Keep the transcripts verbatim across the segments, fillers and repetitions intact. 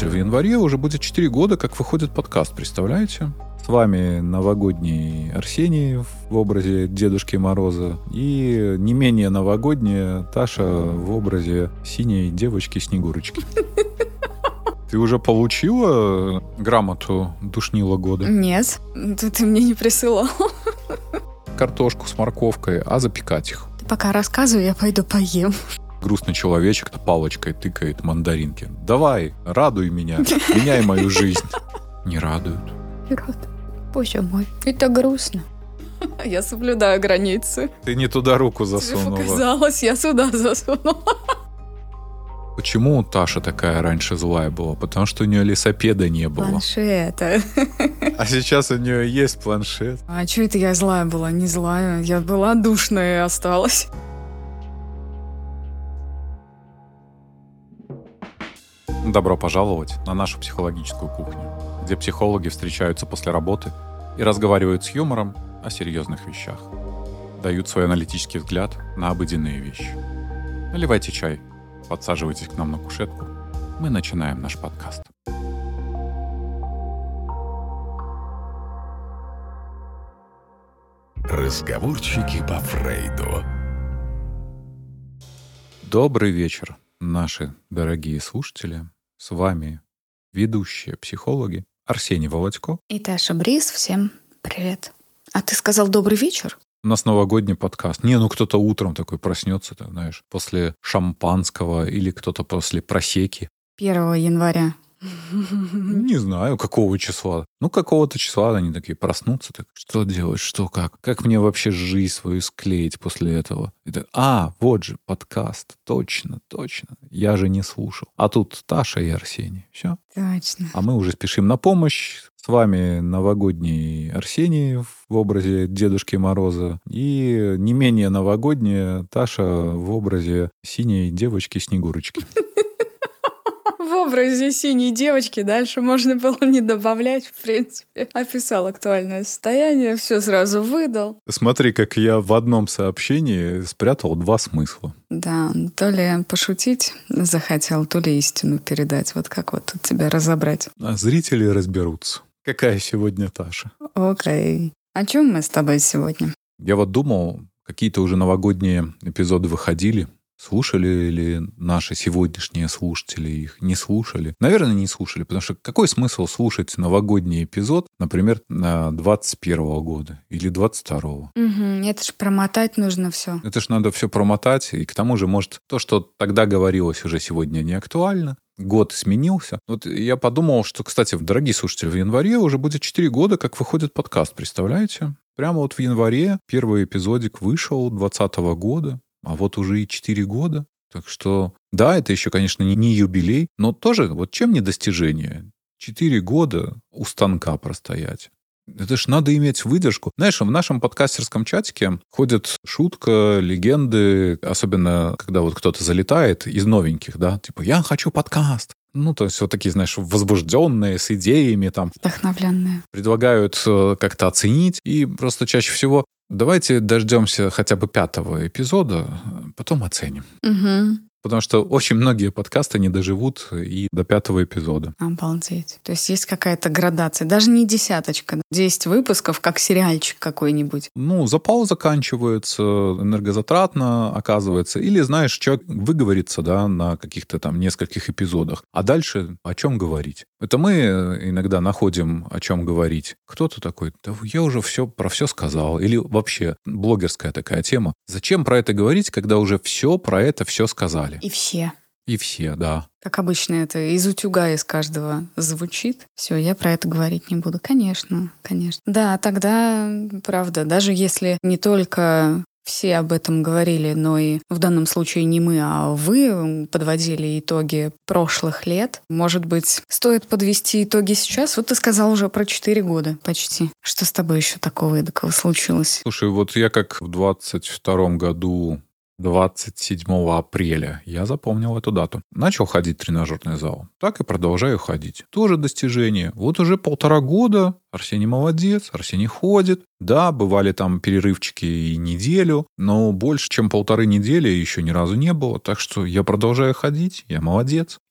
слушатели, в январе уже будет четыре года, как выходит подкаст, представляете? С вами новогодний Арсений в образе Дедушки Мороза и не менее новогодняя Таша в образе синей девочки-снегурочки. Ты уже получила грамоту душнила года? Нет, ты мне не присылал. Картошку с морковкой, а запекать их. Ты пока рассказывай, я пойду поем. Грустный человечек-то палочкой тыкает мандаринки. Давай, радуй меня, меняй мою жизнь. Не радуют. Не радуют. Боже мой, это грустно. Я соблюдаю границы. Ты не туда руку засунула. Тебе показалось, я сюда засунула. Почему Таша такая раньше злая была? Потому что у нее лесопеда не было. Планшета. А сейчас у нее есть планшет. А что это я злая была? Не злая. Я была душная и осталась. Добро пожаловать на нашу психологическую кухню, где психологи встречаются после работы и разговаривают с юмором о серьезных вещах. Дают свой аналитический взгляд на обыденные вещи. Наливайте чай, подсаживайтесь к нам на кушетку. Мы начинаем наш подкаст. Разговорчики по Фрейду. Добрый вечер, наши дорогие слушатели. С вами ведущие психологи Арсений Володько и Таша Бриз. Всем привет. А ты сказал добрый вечер? У нас новогодний подкаст. Не, ну кто-то утром такой проснется, ты знаешь, после шампанского или кто-то после просеки. первого января. Не знаю, какого числа. Ну, какого-то числа они такие проснутся. Так, что делать, что, как? Как мне вообще жизнь свою склеить после этого? И так, а, вот же, подкаст. Точно, точно. Я же не слушал. А тут Таша и Арсений. Все. Точно. А мы уже спешим на помощь. С вами новогодний Арсений в образе Дедушки Мороза и не менее новогодняя Таша в образе синей девочки-снегурочки. В образе синей девочки дальше можно было не добавлять, в принципе. Описал актуальное состояние, все сразу выдал. Смотри, как я в одном сообщении спрятал два смысла. Да, то ли пошутить захотел, то ли истину передать. Вот как вот тут тебя разобрать? А зрители разберутся. Какая сегодня Таша? Окей. О чем мы с тобой сегодня? Я вот думал, какие-то уже новогодние эпизоды выходили. Слушали ли наши сегодняшние слушатели их? Не слушали? Наверное, не слушали, потому что какой смысл слушать новогодний эпизод, например, двадцать первого года или двадцать второго? Угу, это же промотать нужно все. Это ж надо все промотать, и к тому же, может, то, что тогда говорилось, уже сегодня не актуально. Год сменился. Вот я подумал, что, кстати, дорогие слушатели, в январе уже будет четыре года, как выходит подкаст, представляете? Прямо вот в январе первый эпизодик вышел двадцатого года. А вот уже и четыре года. Так что, да, это еще, конечно, не, не юбилей, но тоже, вот чем не достижение? Четыре года у станка простоять. Это ж надо иметь выдержку. Знаешь, в нашем подкастерском чатике ходит шутка, легенды, особенно когда вот кто-то залетает из новеньких, да, типа «я хочу подкаст». Ну, то есть вот такие, знаешь, возбужденные, с идеями там. Вдохновленные. Предлагают как-то оценить. И просто чаще всего давайте дождемся хотя бы пятого эпизода, потом оценим. Угу. Потому что очень многие подкасты не доживут и до пятого эпизода. Обалдеть. То есть есть какая-то градация. Даже не десяточка. Десять выпусков, как сериальчик какой-нибудь. Ну, запал заканчивается, энергозатратно оказывается. Или, знаешь, человек выговорится, да, на каких-то там нескольких эпизодах. А дальше о чем говорить? Это мы иногда находим, о чем говорить. Кто-то такой, да я уже все про все сказал. Или вообще блогерская такая тема. Зачем про это говорить, когда уже все про это все сказали? И все. И все, да. Как обычно это из утюга из каждого звучит. Все, я про это говорить не буду. Конечно, конечно. Да, тогда, правда, даже если не только все об этом говорили, но и в данном случае не мы, а вы подводили итоги прошлых лет. Может быть, стоит подвести итоги сейчас? Вот ты сказал уже про четыре года почти. Что с тобой еще такого эдакого случилось? Слушай, вот я как в двадцать втором году двадцать седьмого апреля. Я запомнил эту дату. Начал ходить в тренажерный зал. Так и продолжаю ходить. Тоже достижение. Вот уже полтора года. Арсений молодец. Арсений ходит. Да, бывали там перерывчики и неделю. Но больше, чем полторы недели еще ни разу не было. Так что я продолжаю ходить. Я молодец.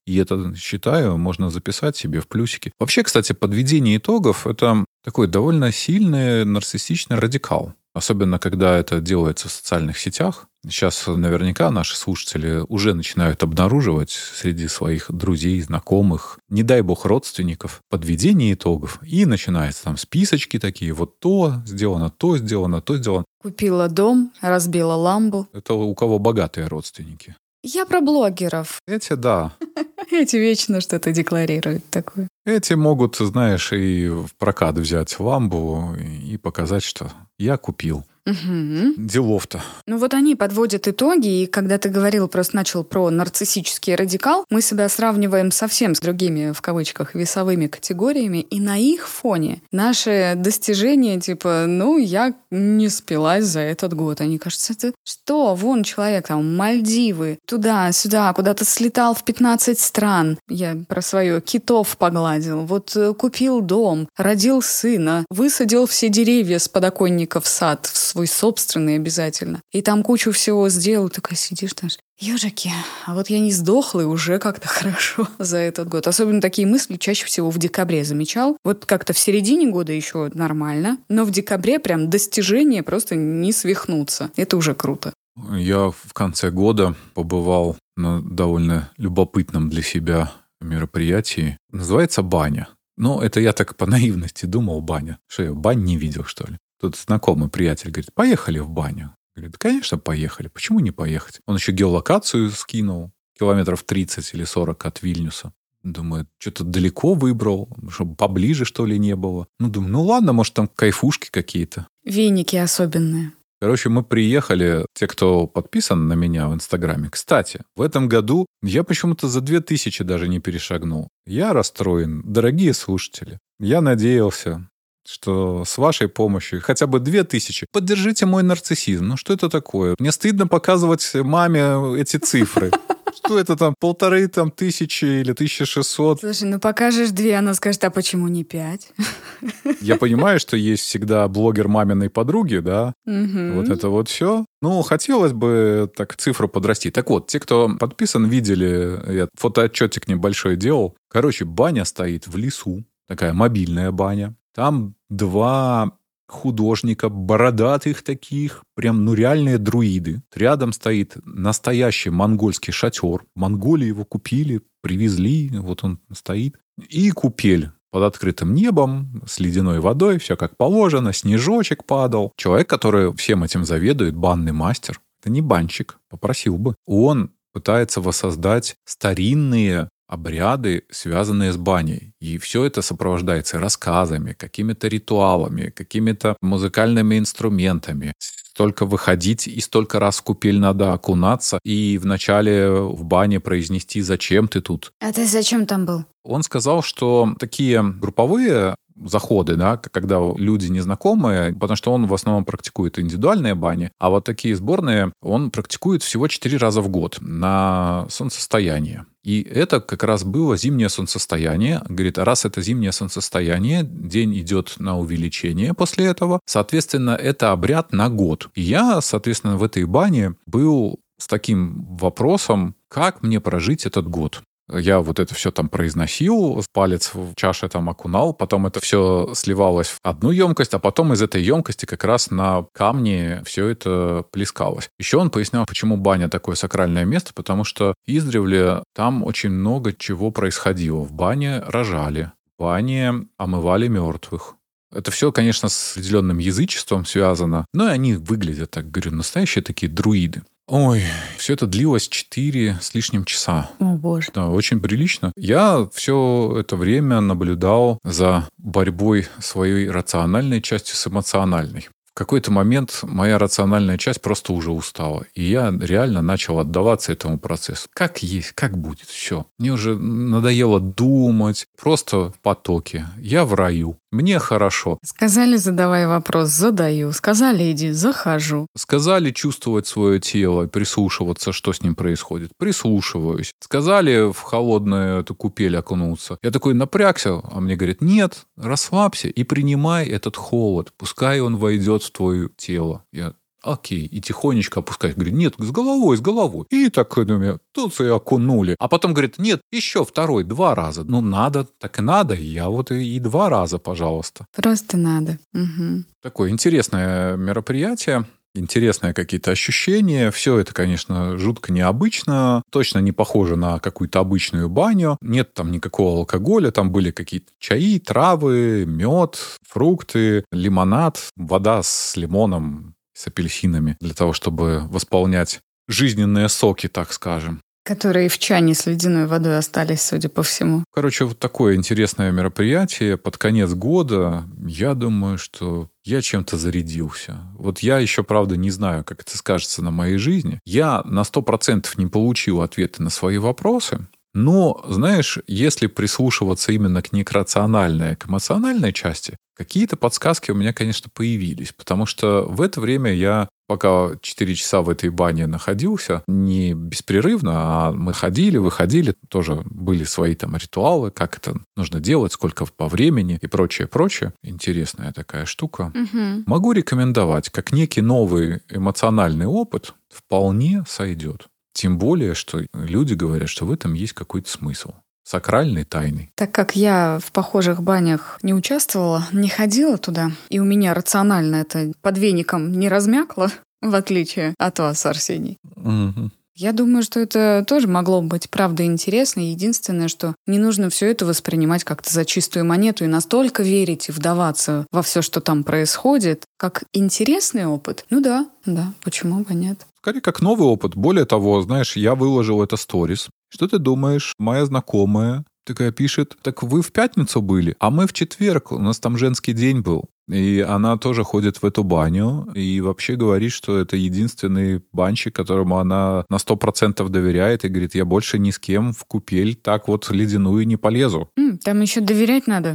И это, считаю, можно записать себе в плюсики. Вообще, кстати, подведение итогов — это такой довольно сильный нарциссичный радикал. Особенно, когда это делается в социальных сетях. Сейчас наверняка наши слушатели уже начинают обнаруживать среди своих друзей, знакомых, не дай бог родственников, подведение итогов. И начинаются там списочки такие. Вот то сделано, то сделано, то сделано. Купила дом, разбила ламбу. Это у кого богатые родственники. Я про блогеров. Эти, да. Эти вечно что-то декларируют такое. Эти могут, знаешь, и в прокат взять ламбу и показать, что я купил. Угу. Делов-то. Ну вот они подводят итоги, и когда ты говорил, просто начал про нарциссический радикал, мы себя сравниваем совсем с другими, в кавычках, весовыми категориями, и на их фоне наши достижения, типа, ну, я не спилась за этот год. Они кажется, это что? Вон человек там, Мальдивы, туда-сюда, куда-то слетал в пятнадцать стран. Я про свое китов погладил. Вот купил дом, родил сына, высадил все деревья с подоконника в сад, в свой собственный обязательно. И там кучу всего сделал. Такая сидишь там, ежики, а вот я не сдохла, и уже как-то хорошо за этот год. Особенно такие мысли чаще всего в декабре замечал. Вот как-то в середине года еще нормально, но в декабре прям достижения просто не свихнуться. Это уже круто. Я в конце года побывал на довольно любопытном для себя мероприятии. Называется «Баня». Ну, это я так по наивности думал, баня. Что я бань не видел, что ли? Тут знакомый приятель говорит, поехали в баню. Говорит, конечно, поехали. Почему не поехать? Он еще геолокацию скинул. Километров тридцать или сорок от Вильнюса. Думаю, что-то далеко выбрал, чтобы поближе, что ли, не было. Ну, думаю, ну ладно, может, там кайфушки какие-то. Веники особенные. Короче, мы приехали, те, кто подписан на меня в Инстаграме. Кстати, в этом году я почему-то за две тысячи даже не перешагнул. Я расстроен. Дорогие слушатели, я надеялся, что с вашей помощью хотя бы две тысячи. Поддержите мой нарциссизм. Ну что это такое? Мне стыдно показывать маме эти цифры. Что это там, полторы там, тысячи или тысяча шестьсот? Слушай, ну покажешь две, она скажет, а почему не пять? Я понимаю, что есть всегда блогер маминой подруги, да? Угу. Вот это вот все. Ну, хотелось бы так цифру подрасти. Так вот, те, кто подписан, видели, я фотоотчетик небольшой делал. Короче, баня стоит в лесу. Такая мобильная баня. Там два художника, бородатых таких, прям, ну, реальные друиды. Рядом стоит настоящий монгольский шатер. В Монголии его купили, привезли, вот он стоит. И купель под открытым небом, с ледяной водой, все как положено, снежочек падал. Человек, который всем этим заведует, банный мастер, это не банщик, попросил бы. Он пытается воссоздать старинные обряды, связанные с баней. И все это сопровождается рассказами, какими-то ритуалами, какими-то музыкальными инструментами. Столько выходить и столько раз в купель надо окунаться, и вначале в бане произнести «Зачем ты тут?». А ты зачем там был? Он сказал, что такие групповые заходы, да, когда люди незнакомые, потому что он в основном практикует индивидуальные бани, а вот такие сборные он практикует всего четыре раза в год на солнцестояние. И это как раз было зимнее солнцестояние. Говорит, а раз это зимнее солнцестояние, день идет на увеличение после этого, соответственно, это обряд на год. И я, соответственно, в этой бане был с таким вопросом, как мне прожить этот год. Я вот это все там произносил, палец в чаше там окунал, потом это все сливалось в одну емкость, а потом из этой емкости как раз на камне все это плескалось. Еще он пояснял, почему баня такое сакральное место, потому что издревле там очень много чего происходило. В бане рожали, в бане омывали мертвых. Это все, конечно, с определенным язычеством связано, но и они выглядят, так говорю, настоящие такие друиды. Ой, все это длилось четыре с лишним часа. О, боже. Да, очень прилично. Я все это время наблюдал за борьбой своей рациональной части с эмоциональной. В какой-то момент моя рациональная часть просто уже устала. И я реально начал отдаваться этому процессу. Как есть, как будет, все. Мне уже надоело думать. Просто в потоке. Я в раю. Мне хорошо. Сказали, задавай вопрос, задаю. Сказали, иди, захожу. Сказали чувствовать свое тело, прислушиваться, что с ним происходит. Прислушиваюсь. Сказали в холодную эту купель окунуться. Я такой напрягся, а мне говорят, нет, расслабься и принимай этот холод. Пускай он войдет в твое тело. Я Окей. И тихонечко опускать. Говорит, нет, с головой, с головой. И так, думаю, тут и окунули. А потом говорит, нет, еще второй, два раза. Ну, надо, так и надо. Я вот и, и два раза, пожалуйста. Просто надо. Угу. Такое интересное мероприятие. Интересные какие-то ощущения. Все это, конечно, жутко необычно. Точно не похоже на какую-то обычную баню. Нет там никакого алкоголя. Там были какие-то чаи, травы, мед, фрукты, лимонад, вода с лимоном, с апельсинами. Для того, чтобы восполнять жизненные соки, так скажем. Которые в чане с ледяной водой остались, судя по всему. Короче, вот такое интересное мероприятие под конец года. Я думаю, что я чем-то зарядился. Вот я еще, правда, не знаю, как это скажется на моей жизни. Я на сто процентов не получил ответы на свои вопросы. Но, знаешь, если прислушиваться именно к нерациональной, к эмоциональной части, какие-то подсказки у меня, конечно, появились. Потому что в это время я, пока четыре часа в этой бане находился, не беспрерывно, а мы ходили, выходили, тоже были свои там ритуалы, как это нужно делать, сколько по времени и прочее, прочее. Интересная такая штука. Угу. Могу рекомендовать, как некий новый эмоциональный опыт вполне сойдет. Тем более, что люди говорят, что в этом есть какой-то смысл. Сакральный, тайный. Так как я в похожих банях не участвовала, не ходила туда, и у меня рационально это под веником не размякло, в отличие от вас, Арсений. Угу. Я думаю, что это тоже могло быть, правда, интересно. Единственное, что не нужно все это воспринимать как-то за чистую монету и настолько верить и вдаваться во все, что там происходит, как интересный опыт. Ну да, да, почему бы нет? Скорее, как новый опыт. Более того, знаешь, я выложил это сторис. Что ты думаешь? Моя знакомая такая пишет, так вы в пятницу были, а мы в четверг, у нас там женский день был. И она тоже ходит в эту баню и вообще говорит, что это единственный банщик, которому она на сто процентов доверяет, и говорит, я больше ни с кем в купель так вот ледяную не полезу. М, там еще доверять надо.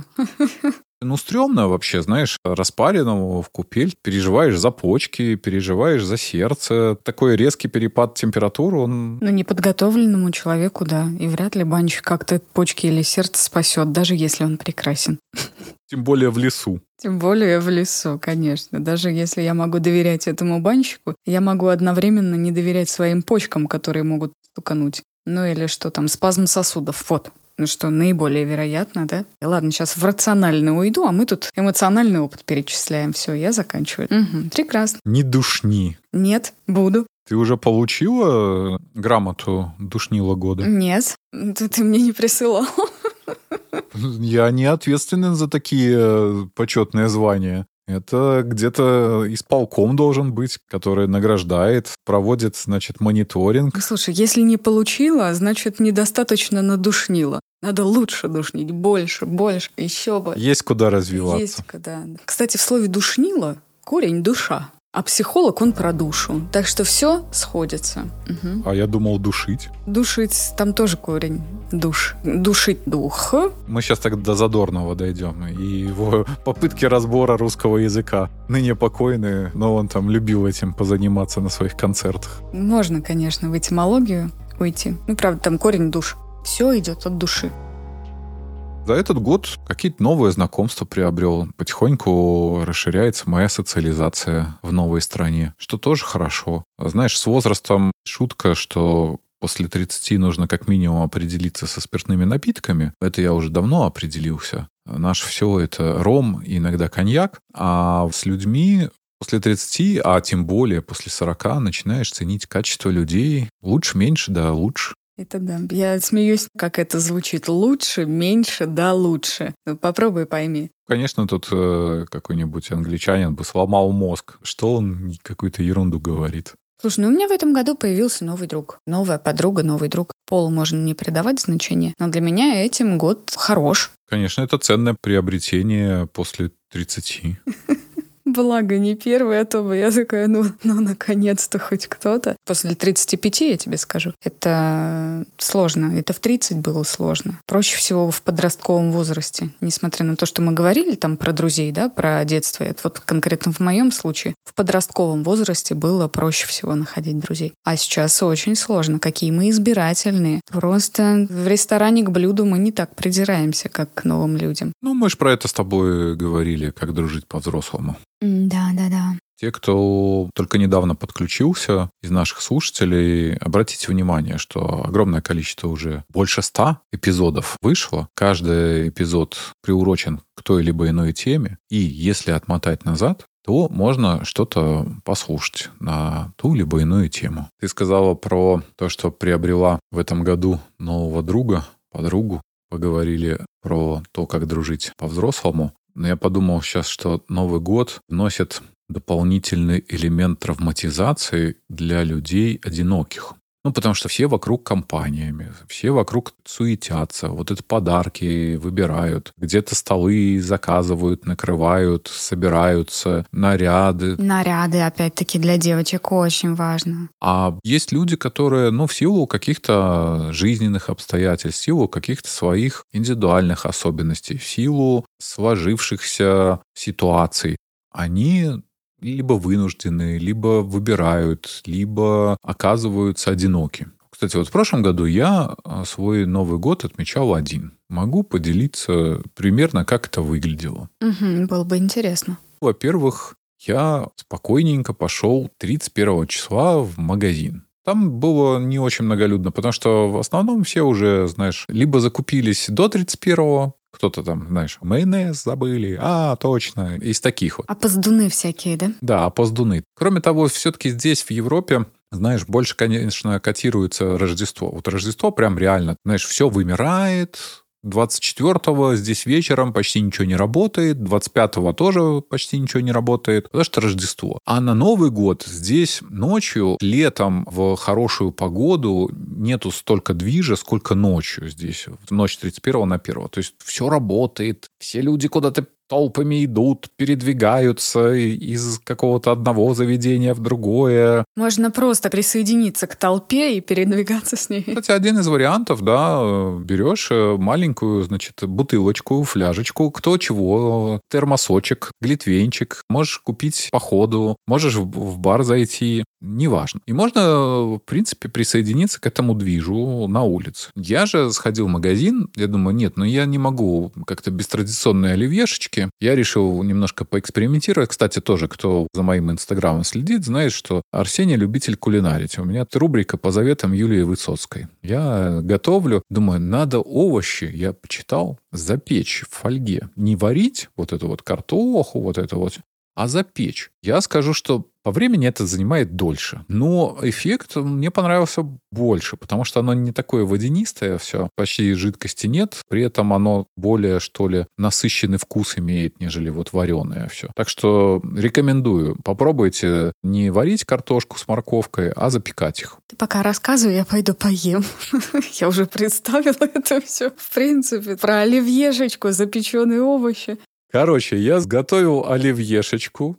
Ну, стрёмно вообще, знаешь, распаренному в купель. Переживаешь за почки, переживаешь за сердце. Такой резкий перепад температуры, он... Ну, неподготовленному человеку, да. И вряд ли банщик как-то почки или сердце спасет, даже если он прекрасен. Тем более в лесу. Тем более в лесу, конечно. Даже если я могу доверять этому банщику, я могу одновременно не доверять своим почкам, которые могут стукануть. Ну или что там, спазм сосудов. Вот. Ну что, наиболее вероятно, да? И ладно, сейчас в рациональный уйду, а мы тут эмоциональный опыт перечисляем. Все, я заканчиваю. Угу, прекрасно. Не душни. Нет, буду. Ты уже получила грамоту душнила года? Нет, ты, ты мне не присылал. Я не ответственен за такие почетные звания. Это где-то исполком должен быть, который награждает, проводит, значит, мониторинг. Слушай, если не получила, значит, недостаточно надушнила. Надо лучше душнить, больше, больше, еще больше. Есть куда развиваться. Есть куда. Кстати, в слове «душнила» корень «душа». А психолог, он про душу. Так что все сходится. Угу. А я думал душить. Душить, там тоже корень. Душ. Душить дух. Мы сейчас так до Задорнова дойдем. И его попытки разбора русского языка. Ныне покойный, но он там любил этим позаниматься на своих концертах. Можно, конечно, в этимологию уйти. Ну, правда, там корень душ. Все идет от души. За этот год какие-то новые знакомства приобрел. Потихоньку расширяется моя социализация в новой стране, что тоже хорошо. Знаешь, с возрастом шутка, что после тридцати нужно как минимум определиться со спиртными напитками. Это я уже давно определился. Наше все это ром, иногда коньяк. А с людьми после тридцати, а тем более после сорока, начинаешь ценить качество людей. Лучше, меньше, да лучше. Это да. Я смеюсь, как это звучит. Лучше, меньше, да лучше. Ну, попробуй пойми. Конечно, тут э, какой-нибудь англичанин бы сломал мозг. Что он какую-то ерунду говорит. Слушай, ну у меня в этом году появился новый друг. Новая подруга, новый друг. Полу можно не придавать значения, но для меня этим год хорош. Конечно, это ценное приобретение после тридцати. Благо, не первый, а то бы я такая, ну, ну, наконец-то хоть кто-то. После тридцати пяти, я тебе скажу, это сложно. Это в тридцать было сложно. Проще всего в подростковом возрасте. Несмотря на то, что мы говорили там про друзей, да, про детство. Это вот конкретно в моем случае. В подростковом возрасте было проще всего находить друзей. А сейчас очень сложно. Какие мы избирательные. Просто в ресторане к блюду мы не так придираемся, как к новым людям. Ну, мы же про это с тобой говорили, как дружить по-взрослому. Да, да, да. Те, кто только недавно подключился из наших слушателей, обратите внимание, что огромное количество уже больше ста эпизодов вышло. Каждый эпизод приурочен к той либо иной теме. И если отмотать назад, то можно что-то послушать на ту либо иную тему. Ты сказала про то, что приобрела в этом году нового друга, подругу. Поговорили про то, как дружить по-взрослому. Но я подумал сейчас, что Новый год вносит дополнительный элемент травматизации для людей одиноких. Ну, потому что все вокруг компаниями, все вокруг суетятся, вот это подарки выбирают, где-то столы заказывают, накрывают, собираются, наряды. Наряды, опять-таки, для девочек очень важно. А есть люди, которые, ну, в силу каких-то жизненных обстоятельств, в силу каких-то своих индивидуальных особенностей, в силу сложившихся ситуаций, они либо вынуждены, либо выбирают, либо оказываются одиноки. Кстати, вот в прошлом году я свой Новый год отмечал один. Могу поделиться примерно, как это выглядело. Угу, было бы интересно. Во-первых, я спокойненько пошел тридцать первого числа в магазин. Там было не очень многолюдно, потому что в основном все уже, знаешь, либо закупились до тридцать первого, кто-то там, знаешь, майонез забыли. А, точно. Из таких вот. Опоздуны всякие, да? Да, опоздуны. Кроме того, все-таки здесь, в Европе, знаешь, больше, конечно, котируется Рождество. Вот Рождество прям реально, знаешь, все вымирает. двадцать четвёртого здесь вечером почти ничего не работает. двадцать пятого тоже почти ничего не работает. Потому что Рождество. А на Новый год здесь ночью, летом в хорошую погоду нету столько движа, сколько ночью здесь. В ночь тридцать первого на первого. То есть все работает. Все люди куда-то толпами идут, передвигаются из какого-то одного заведения в другое. Можно просто присоединиться к толпе и передвигаться с ней. Кстати, один из вариантов, да, берешь маленькую, значит, бутылочку, фляжечку, кто чего, термосочек, глинтвейнчик, можешь купить по ходу, можешь в бар зайти, неважно. И можно, в принципе, присоединиться к этому движу на улице. Я же сходил в магазин, я думаю, нет, ну я не могу как-то без традиционной оливьешечки. Я решил немножко поэкспериментировать. Кстати, тоже, кто за моим инстаграмом следит, знает, что Арсений любитель кулинарить. У меня рубрика по заветам Юлии Высоцкой. Я готовлю, думаю, надо овощи, я почитал, запечь в фольге. Не варить вот эту вот картоху, вот это вот, а запечь. Я скажу, что по времени это занимает дольше. Но эффект мне понравился больше, потому что оно не такое водянистое все, почти жидкости нет. При этом оно более, что ли, насыщенный вкус имеет, нежели вот вареное все. Так что рекомендую. Попробуйте не варить картошку с морковкой, а запекать их. Ты пока рассказывай, я пойду поем. Я уже представила это все. В принципе, про оливьешечку, запеченные овощи. Короче, я сготовил оливьешечку,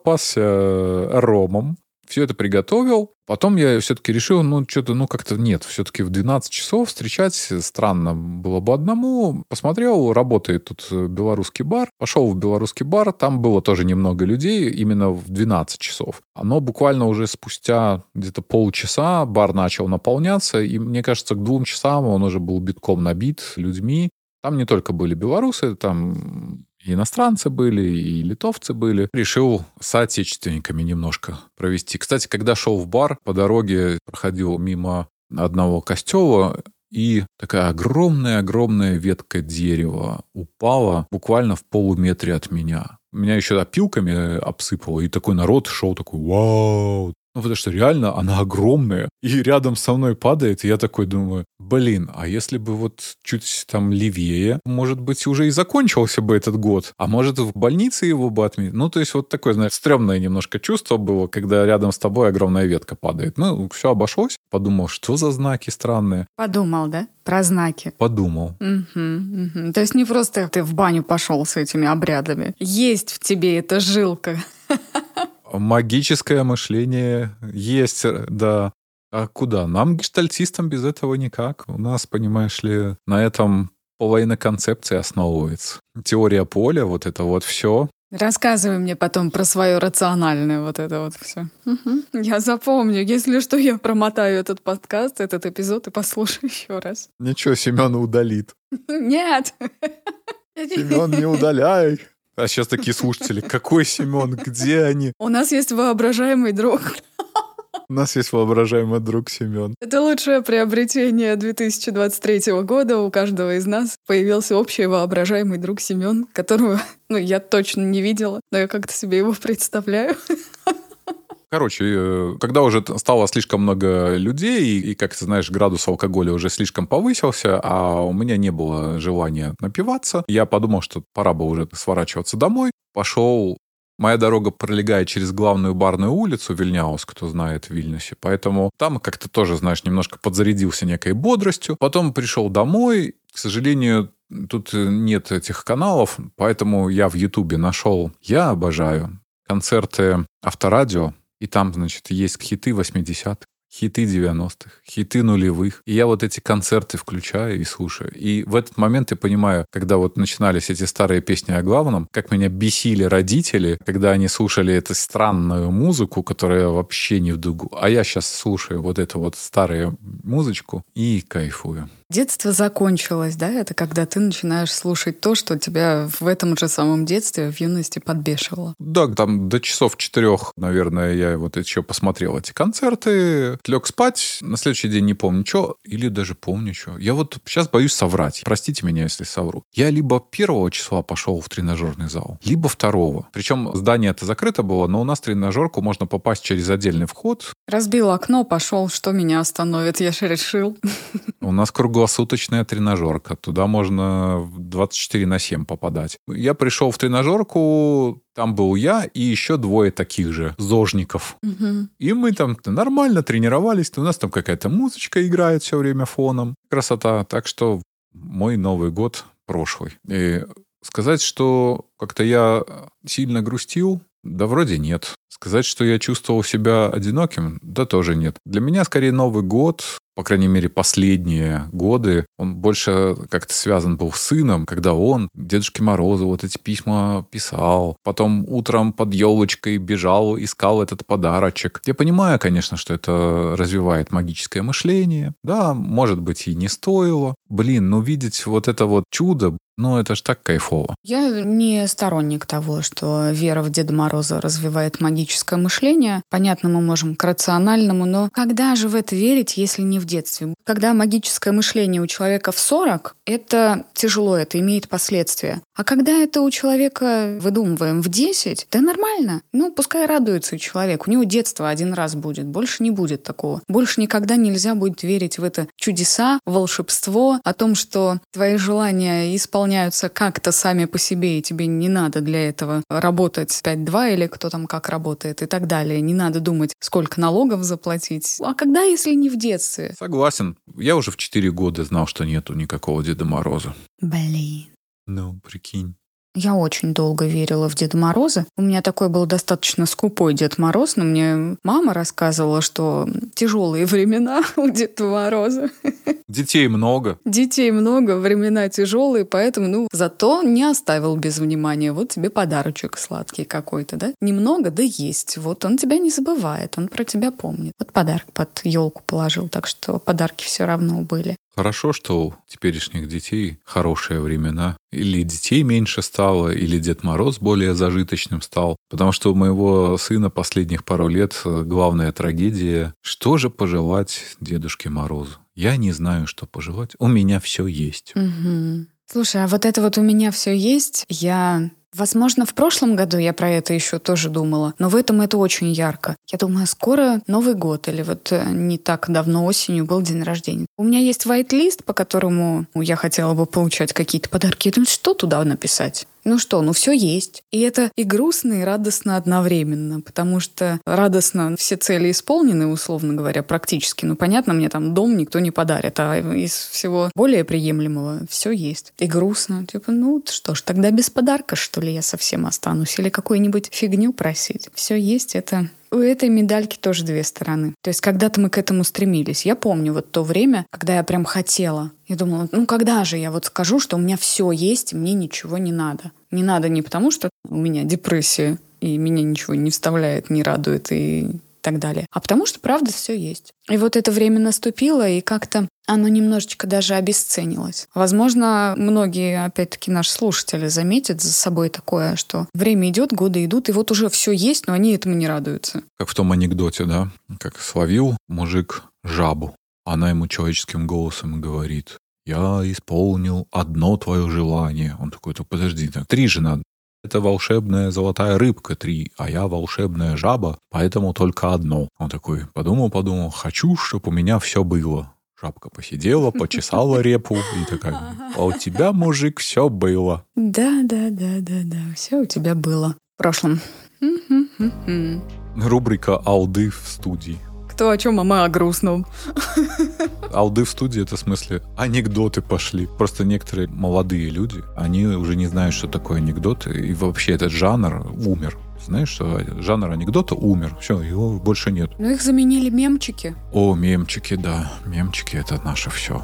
запасся ромом, все это приготовил. Потом я все-таки решил, ну, что-то, ну, как-то нет, все-таки в двенадцать часов встречать странно было бы одному. Посмотрел, работает тут белорусский бар. Пошел в белорусский бар, там было тоже немного людей, именно в двенадцать часов. Но буквально уже спустя где-то полчаса бар начал наполняться, и мне кажется, к двум часам он уже был битком набит людьми. Там не только были белорусы, там и иностранцы были, и литовцы были. Решил с соотечественниками немножко провести. Кстати, когда шел в бар, по дороге проходил мимо одного костела, и такая огромная-огромная ветка дерева упала буквально в полуметре от меня. Меня еще опилками обсыпало, и такой народ шел такой «Вау!». Ну, потому что реально она огромная, и рядом со мной падает, и я такой думаю, блин, а если бы вот чуть там левее, может быть, уже и закончился бы этот год, а может, в больнице его бы отметили. Ну, то есть вот такое, знаешь, стрёмное немножко чувство было, когда рядом с тобой огромная ветка падает. Ну, все обошлось. Подумал, что за знаки странные. Подумал, да? Про знаки. Подумал. Угу, угу. То есть не просто ты в баню пошел с этими обрядами. Есть в тебе эта жилка. Магическое мышление есть, да. А куда? Нам, гештальтистам, без этого никак. У нас, понимаешь ли, на этом половина концепции основывается. Теория поля, вот это вот все. Рассказывай мне потом про свое рациональное вот это вот все. Угу. Я запомню. Если что, я промотаю этот подкаст, этот эпизод и послушаю еще раз. Ничего, Семен удалит. Нет. Семен, не удаляй. А сейчас такие слушатели, какой Семен, где они? У нас есть воображаемый друг. У нас есть воображаемый друг Семен. Это лучшее приобретение две тысячи двадцать третьего года. У каждого из нас появился общий воображаемый друг Семен, которого, ну, я точно не видела, но я как-то себе его представляю. Короче, когда уже стало слишком много людей, и, как ты знаешь, градус алкоголя уже слишком повысился, а у меня не было желания напиваться, я подумал, что пора бы уже сворачиваться домой. Пошел. Моя дорога пролегает через главную барную улицу Вильняус, кто знает в Вильнюсе. Поэтому там как-то тоже, знаешь, немножко подзарядился некой бодростью. Потом пришел домой. К сожалению, тут нет этих каналов, поэтому я в Ютубе нашел. Я обожаю концерты Авторадио. И там, значит, есть хиты восьмидесятых, хиты девяностых, хиты нулевых. И я вот эти концерты включаю и слушаю. И в этот момент я понимаю, когда вот начинались эти старые песни о главном, как меня бесили родители, когда они слушали эту странную музыку, которая вообще не в дугу. А я сейчас слушаю вот эту вот старую музычку и кайфую. Детство закончилось, да? Это когда ты начинаешь слушать то, что тебя в этом же самом детстве, в юности подбешивало. Да, там до часов четырех, наверное, я вот еще посмотрел эти концерты, лег спать, на следующий день не помню, что, или даже помню, что. Я вот сейчас боюсь соврать. Простите меня, если совру. Я либо первого числа пошел в тренажерный зал, либо второго. Причем здание это закрыто было, но у нас в тренажерку можно попасть через отдельный вход. Разбил окно, пошел, что меня остановит, я же решил. У нас круглосуточная тренажерка. Туда можно двадцать четыре на семь попадать. Я пришел в тренажерку, там был я и еще двое таких же зожников. Угу. И мы там нормально тренировались. У нас там какая-то музычка играет все время фоном. Красота. Так что мой Новый год прошлый. И сказать, что как-то я сильно грустил, да вроде нет. Сказать, что я чувствовал себя одиноким, да тоже нет. Для меня скорее Новый год, по крайней мере, последние годы, он больше как-то связан был с сыном, когда он Дедушке Морозу вот эти письма писал, потом утром под елочкой бежал, искал этот подарочек. Я понимаю, конечно, что это развивает магическое мышление. Да, может быть, и не стоило. Блин, ну видеть вот это вот чудо, ну это ж так кайфово. Я не сторонник того, что вера в Деда Мороза развивает магическое мышление. Понятно, мы можем к рациональному, но когда же в это верить, если не в детстве? Когда магическое мышление у человека в сорок, это тяжело, это имеет последствия. А когда это у человека, выдумываем, в десять, да нормально. Ну, пускай радуется человек. У него детство один раз будет, больше не будет такого. Больше никогда нельзя будет верить в это чудеса, волшебство, о том, что твои желания исполняются как-то сами по себе, и тебе не надо для этого работать пять-два или кто там как работает и так далее. Не надо думать, сколько налогов заплатить. А когда, если не в детстве? Согласен. Я уже в четыре года знал, что нету никакого Деда Мороза. Блин. Ну, прикинь. Я очень долго верила в Деда Мороза. У меня такой был достаточно скупой Дед Мороз, но мне мама рассказывала, что тяжелые времена у Деда Мороза. Детей много. Детей много, времена тяжелые, поэтому, ну, зато не оставил без внимания. Вот тебе подарочек сладкий какой-то, да? Немного, да есть. Вот он тебя не забывает, он про тебя помнит. Вот подарок под елку положил, так что подарки все равно были. Хорошо, что у теперешних детей хорошие времена. Или детей меньше стало, или Дед Мороз более зажиточным стал. Потому что у моего сына последних пару лет главная трагедия. Что же пожелать Дедушке Морозу? Я не знаю, что пожелать. У меня все есть. Угу. Слушай, а вот это вот у меня все есть, я... Возможно, в прошлом году я про это еще тоже думала, но в этом это очень ярко. Я думаю, скоро Новый год, или вот не так давно осенью был день рождения. У меня есть вайт-лист, по которому я хотела бы получать какие-то подарки. Я думаю, что туда написать? Ну что, ну все есть. И это и грустно, и радостно одновременно, потому что радостно все цели исполнены, условно говоря, практически. Ну понятно, мне там дом никто не подарит, а из всего более приемлемого все есть. И грустно. Типа, ну что ж, тогда без подарка, что ли, я совсем останусь? Или какую-нибудь фигню просить? Все есть, это... У этой медальки тоже две стороны. То есть когда-то мы к этому стремились. Я помню вот то время, когда я прям хотела. Я думала, ну когда же я вот скажу, что у меня все есть, и мне ничего не надо. Не надо не потому, что у меня депрессия, и меня ничего не вставляет, не радует, и так далее, а потому что, правда, все есть. И вот это время наступило, и как-то оно немножечко даже обесценилось. Возможно, многие, опять-таки, наши слушатели заметят за собой такое, что время идет, годы идут, и вот уже все есть, но они этому не радуются. Как в том анекдоте, да? Как словил мужик жабу. Она ему человеческим голосом говорит: «Я исполнил одно твое желание». Он такой: «Так подожди, так три же надо. Это волшебная золотая рыбка три, а я волшебная жаба, поэтому только одно». Он такой подумал-подумал: «Хочу, чтобы у меня все было». Жабка посидела, почесала репу и такая: «А у тебя, мужик, все было». Да, да, да, да, да, все у тебя было в прошлом. Рубрика «Алды в студии». Кто о чем, а мы о грустном. Алды в студии — это в смысле анекдоты пошли. Просто некоторые молодые люди, они уже не знают, что такое анекдоты, и вообще этот жанр умер. Знаешь, что жанр анекдота умер. Все, его больше нет. Ну, их заменили мемчики. О, мемчики, да. Мемчики — это наше все.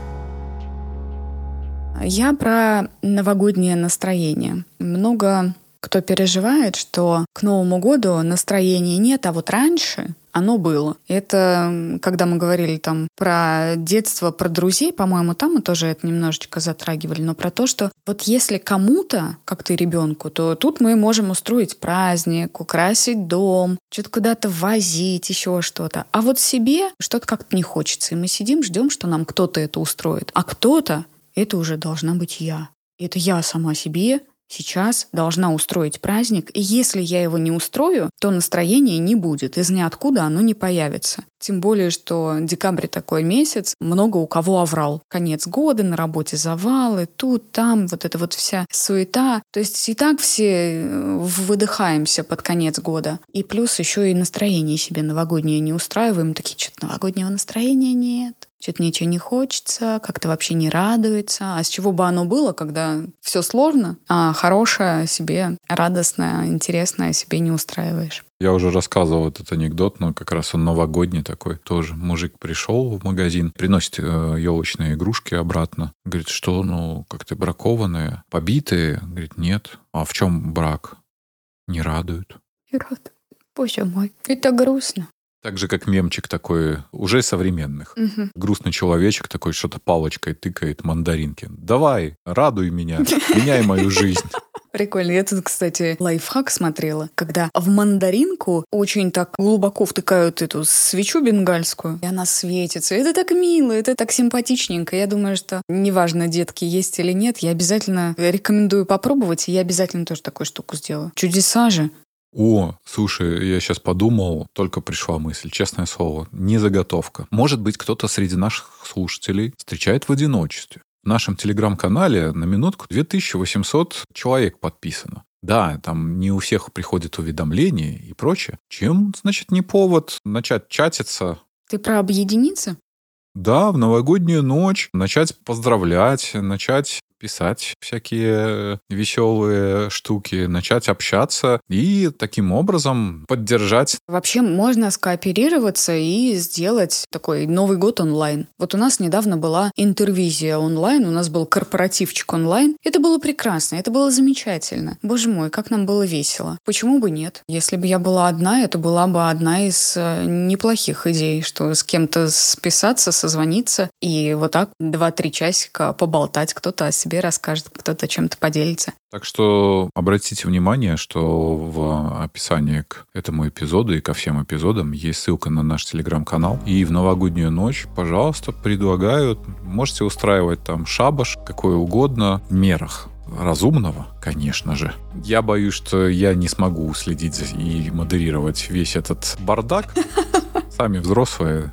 Я про новогоднее настроение. Много кто переживает, что к Новому году настроения нет, а вот раньше оно было. Это когда мы говорили там про детство, про друзей, по-моему, там мы тоже это немножечко затрагивали, но про то, что вот если кому-то, как ты ребенку, то тут мы можем устроить праздник, украсить дом, что-то куда-то возить, еще что-то. А вот себе что-то как-то не хочется. И мы сидим, ждем, что нам кто-то это устроит. А кто-то — это уже должна быть я. Это я сама себе сейчас должна устроить праздник, и если я его не устрою, то настроения не будет, из ниоткуда оно не появится. Тем более, что декабрь такой месяц, много у кого аврал. Конец года, на работе завалы, тут, там, вот эта вот вся суета. То есть и так все выдыхаемся под конец года. И плюс еще и настроение себе новогоднее не устраиваем. Такие, что-то новогоднего настроения нет. Что-то ничего не хочется, как-то вообще не радуется. А с чего бы оно было, когда все сложно, а хорошее себе, радостное, интересное себе не устраиваешь? Я уже рассказывал этот анекдот, но как раз он новогодний такой тоже. Мужик пришел в магазин, приносит э, елочные игрушки обратно. Говорит: что, ну, как-то бракованные, побитые? Говорит: нет. А в чем брак? Не радуют. Не радуют. Боже мой, это грустно. Так же, как мемчик такой, уже современных. Угу. Грустный человечек такой что-то палочкой тыкает мандаринки. Давай, радуй меня, меняй мою жизнь. Прикольно. Я тут, кстати, лайфхак смотрела, когда в мандаринку очень так глубоко втыкают эту свечу бенгальскую, и она светится. Это так мило, это так симпатичненько. Я думаю, что неважно, детки есть или нет, я обязательно рекомендую попробовать, и я обязательно тоже такую штуку сделаю. Чудеса же. О, слушай, я сейчас подумал, только пришла мысль, честное слово, не заготовка. Может быть, кто-то среди наших слушателей встречает в одиночестве. В нашем телеграм-канале на минутку две тысячи восемьсот человек подписано. Да, там не у всех приходят уведомления и прочее. Чем, значит, не повод начать чатиться? Ты про объединиться? Да, в новогоднюю ночь начать поздравлять, начать писать всякие веселые штуки, начать общаться и таким образом поддержать. Вообще можно скооперироваться и сделать такой Новый год онлайн. Вот у нас недавно была интервизия онлайн, у нас был корпоративчик онлайн. Это было прекрасно, это было замечательно. Боже мой, как нам было весело. Почему бы нет? Если бы я была одна, это была бы одна из неплохих идей, что с кем-то списаться, созвониться и вот так два-три часика поболтать, кто-то о себе расскажет, кто-то чем-то поделится. Так что обратите внимание, что в описании к этому эпизоду и ко всем эпизодам есть ссылка на наш телеграм-канал. И в новогоднюю ночь, пожалуйста, предлагаю, можете устраивать там шабаш, какой угодно, в мерах разумного, конечно же. Я боюсь, что я не смогу следить и модерировать весь этот бардак. Сами взрослые.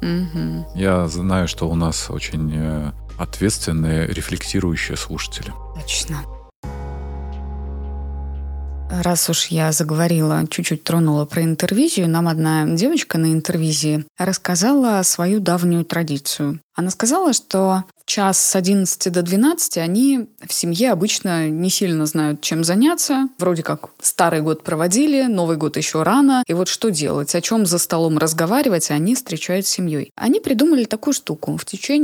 Я знаю, что у нас очень ответственные, рефлексирующие слушатели. Точно. Раз уж я заговорила, чуть-чуть тронула про интервизию, нам одна девочка на интервизии рассказала свою давнюю традицию. Она сказала, что в час с одиннадцати до двенадцати они в семье обычно не сильно знают, чем заняться. Вроде как старый год проводили, Новый год еще рано. И вот что делать, о чем за столом разговаривать, они встречают с семьей. Они придумали такую штуку. В течение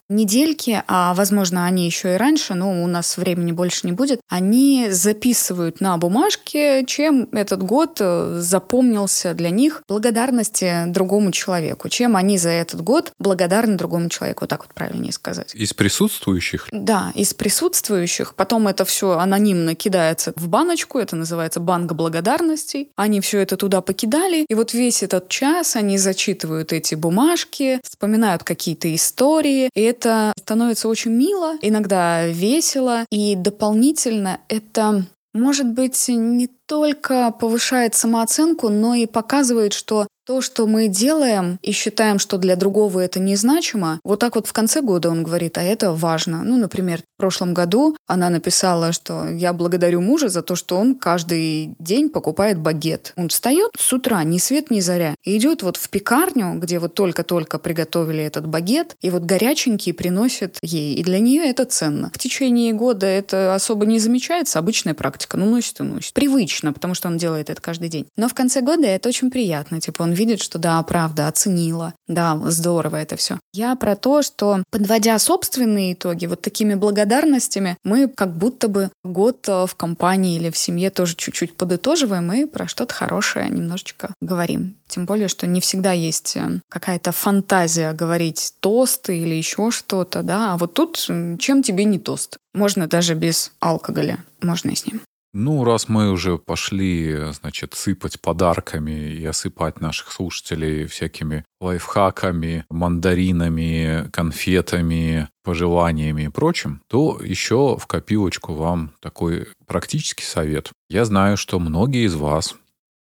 недельки, а, возможно, они еще и раньше, но у нас времени больше не будет, они записывают на бумажке, чем этот год запомнился для них, благодарности другому человеку, чем они за этот год благодарны другому человеку, вот так вот правильнее сказать. Из присутствующих? Да, из присутствующих. Потом это все анонимно кидается в баночку, это называется банк благодарностей. Они все это туда покидали, и вот весь этот час они зачитывают эти бумажки, вспоминают какие-то истории, и это становится очень мило, иногда весело, и дополнительно это, может быть, не только повышает самооценку, но и показывает, что то, что мы делаем и считаем, что для другого это незначимо, вот так вот в конце года он говорит, а это важно. Ну, например, в прошлом году она написала, что я благодарю мужа за то, что он каждый день покупает багет. Он встает с утра, ни свет, ни заря, и идет вот в пекарню, где вот только-только приготовили этот багет, и вот горяченький приносит ей. И для нее это ценно. В течение года это особо не замечается, обычная практика. Ну, носит и носит. Привычно, потому что он делает это каждый день. Но в конце года это очень приятно. Типа он видит, что да, правда, оценила, да, здорово это все. Я про то, что, подводя собственные итоги, вот такими благодарностями, мы как будто бы год в компании или в семье тоже чуть-чуть подытоживаем и про что-то хорошее немножечко говорим. Тем более, что не всегда есть какая-то фантазия говорить тосты или еще что-то, да, а вот тут чем тебе не тост? Можно даже без алкоголя, можно и с ним. Ну, раз мы уже пошли, значит, сыпать подарками и осыпать наших слушателей всякими лайфхаками, мандаринами, конфетами, пожеланиями и прочим, то еще в копилочку вам такой практический совет. Я знаю, что многие из вас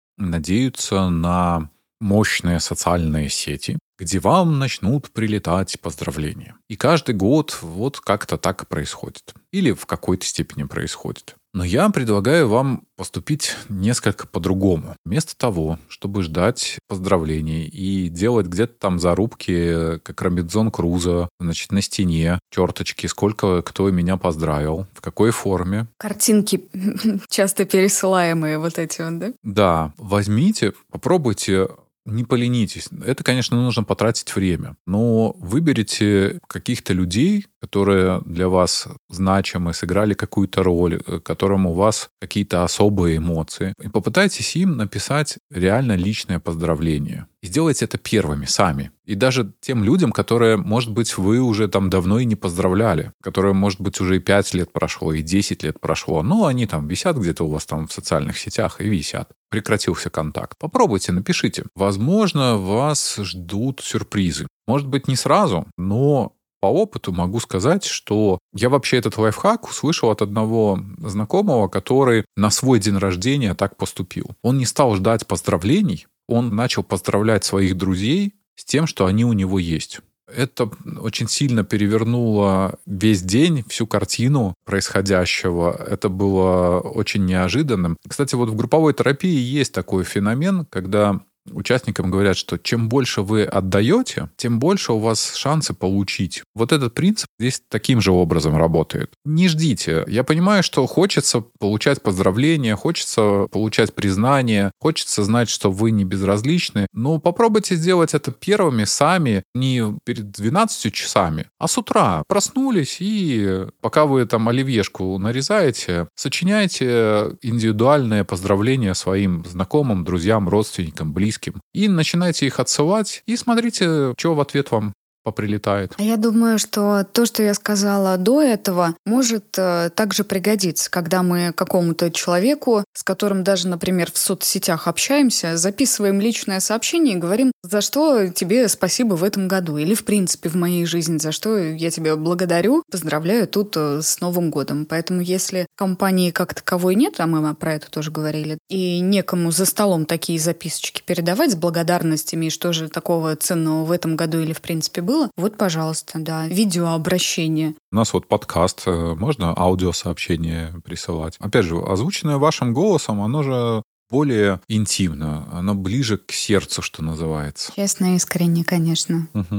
надеются на мощные социальные сети, где вам начнут прилетать поздравления. И каждый год вот как-то так происходит. Или в какой-то степени происходит. Но я предлагаю вам поступить несколько по-другому. Вместо того, чтобы ждать поздравлений и делать где-то там зарубки, как Робинзон Крузо, значит, на стене, черточки, сколько кто меня поздравил, в какой форме. Картинки часто пересылаемые вот эти вот, да? Да. Возьмите, попробуйте. Не поленитесь. Это, конечно, нужно потратить время. Но выберите каких-то людей, которые для вас значимы, сыграли какую-то роль, которым у вас какие-то особые эмоции. И попытайтесь им написать реально личное поздравление. И сделайте это первыми, сами. И даже тем людям, которые, может быть, вы уже там давно и не поздравляли, которые, может быть, уже и пять лет прошло, и десять лет прошло, но они там висят где-то у вас там в социальных сетях и висят. Прекратился контакт. Попробуйте, напишите. Возможно, вас ждут сюрпризы. Может быть, не сразу, но по опыту могу сказать, что я вообще этот лайфхак услышал от одного знакомого, который на свой день рождения так поступил. Он не стал ждать поздравлений, он начал поздравлять своих друзей с тем, что они у него есть. Это очень сильно перевернуло весь день, всю картину происходящего. Это было очень неожиданным. Кстати, вот в групповой терапии есть такой феномен, когда участникам говорят, что чем больше вы отдаете, тем больше у вас шансы получить. Вот этот принцип здесь таким же образом работает. Не ждите. Я понимаю, что хочется получать поздравления, хочется получать признание, хочется знать, что вы не безразличны, но попробуйте сделать это первыми сами, не перед двенадцатью часами, а с утра. Проснулись, и пока вы там оливьешку нарезаете, сочиняйте индивидуальные поздравления своим знакомым, друзьям, родственникам, близким. И начинайте их отсылать, и смотрите, что в ответ вам поприлетает. Я думаю, что то, что я сказала до этого, может э, также пригодиться, когда мы какому-то человеку, с которым даже, например, в соцсетях общаемся, записываем личное сообщение и говорим, за что тебе спасибо в этом году, или в принципе в моей жизни, за что я тебя благодарю, поздравляю тут э, с Новым годом. Поэтому если компании как таковой нет, а мы про это тоже говорили, и некому за столом такие записочки передавать с благодарностями, и что же такого ценного в этом году или в принципе было, вот, пожалуйста, да, видеообращение. У нас вот подкаст, можно аудиосообщение присылать. Опять же, озвученное вашим голосом, оно же более интимно, оно ближе к сердцу, что называется. Честно и искренне, конечно. Угу.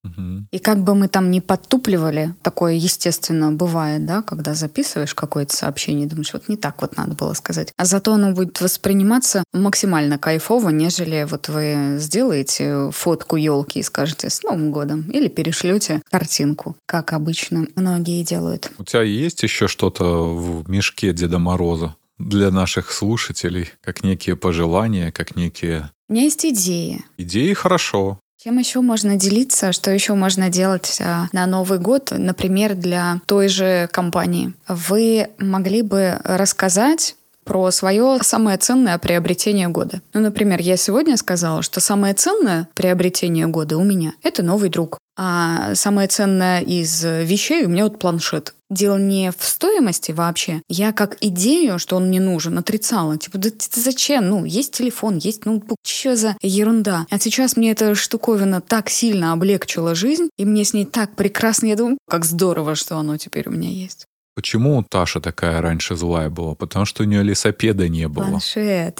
Мгм. И как бы мы там ни подтупливали, такое, естественно, бывает, да, когда записываешь какое-то сообщение, думаешь, вот не так вот надо было сказать. А зато оно будет восприниматься максимально кайфово, нежели вот вы сделаете фотку елки и скажете «С Новым годом!» или перешлете картинку, как обычно многие делают. У тебя есть еще что-то в мешке Деда Мороза для наших слушателей, как некие пожелания, как некие У меня есть идеи. идеи? Хорошо. Чем еще можно делиться, что еще можно делать а, на Новый год, например, для той же компании? Вы могли бы рассказать про свое самое ценное приобретение года. Ну, например, я сегодня сказала, что самое ценное приобретение года у меня — это новый друг. А самое ценное из вещей у меня вот планшет. Дело не в стоимости вообще. Я как идею, что он мне нужен, отрицала. Типа, да ты зачем? Ну, есть телефон, есть ноутбук. Что за ерунда? А сейчас мне эта штуковина так сильно облегчила жизнь, и мне с ней так прекрасно. Я думаю, как здорово, что оно теперь у меня есть. Почему Таша такая раньше злая была? Потому что у нее лесопеда не было. Планшет.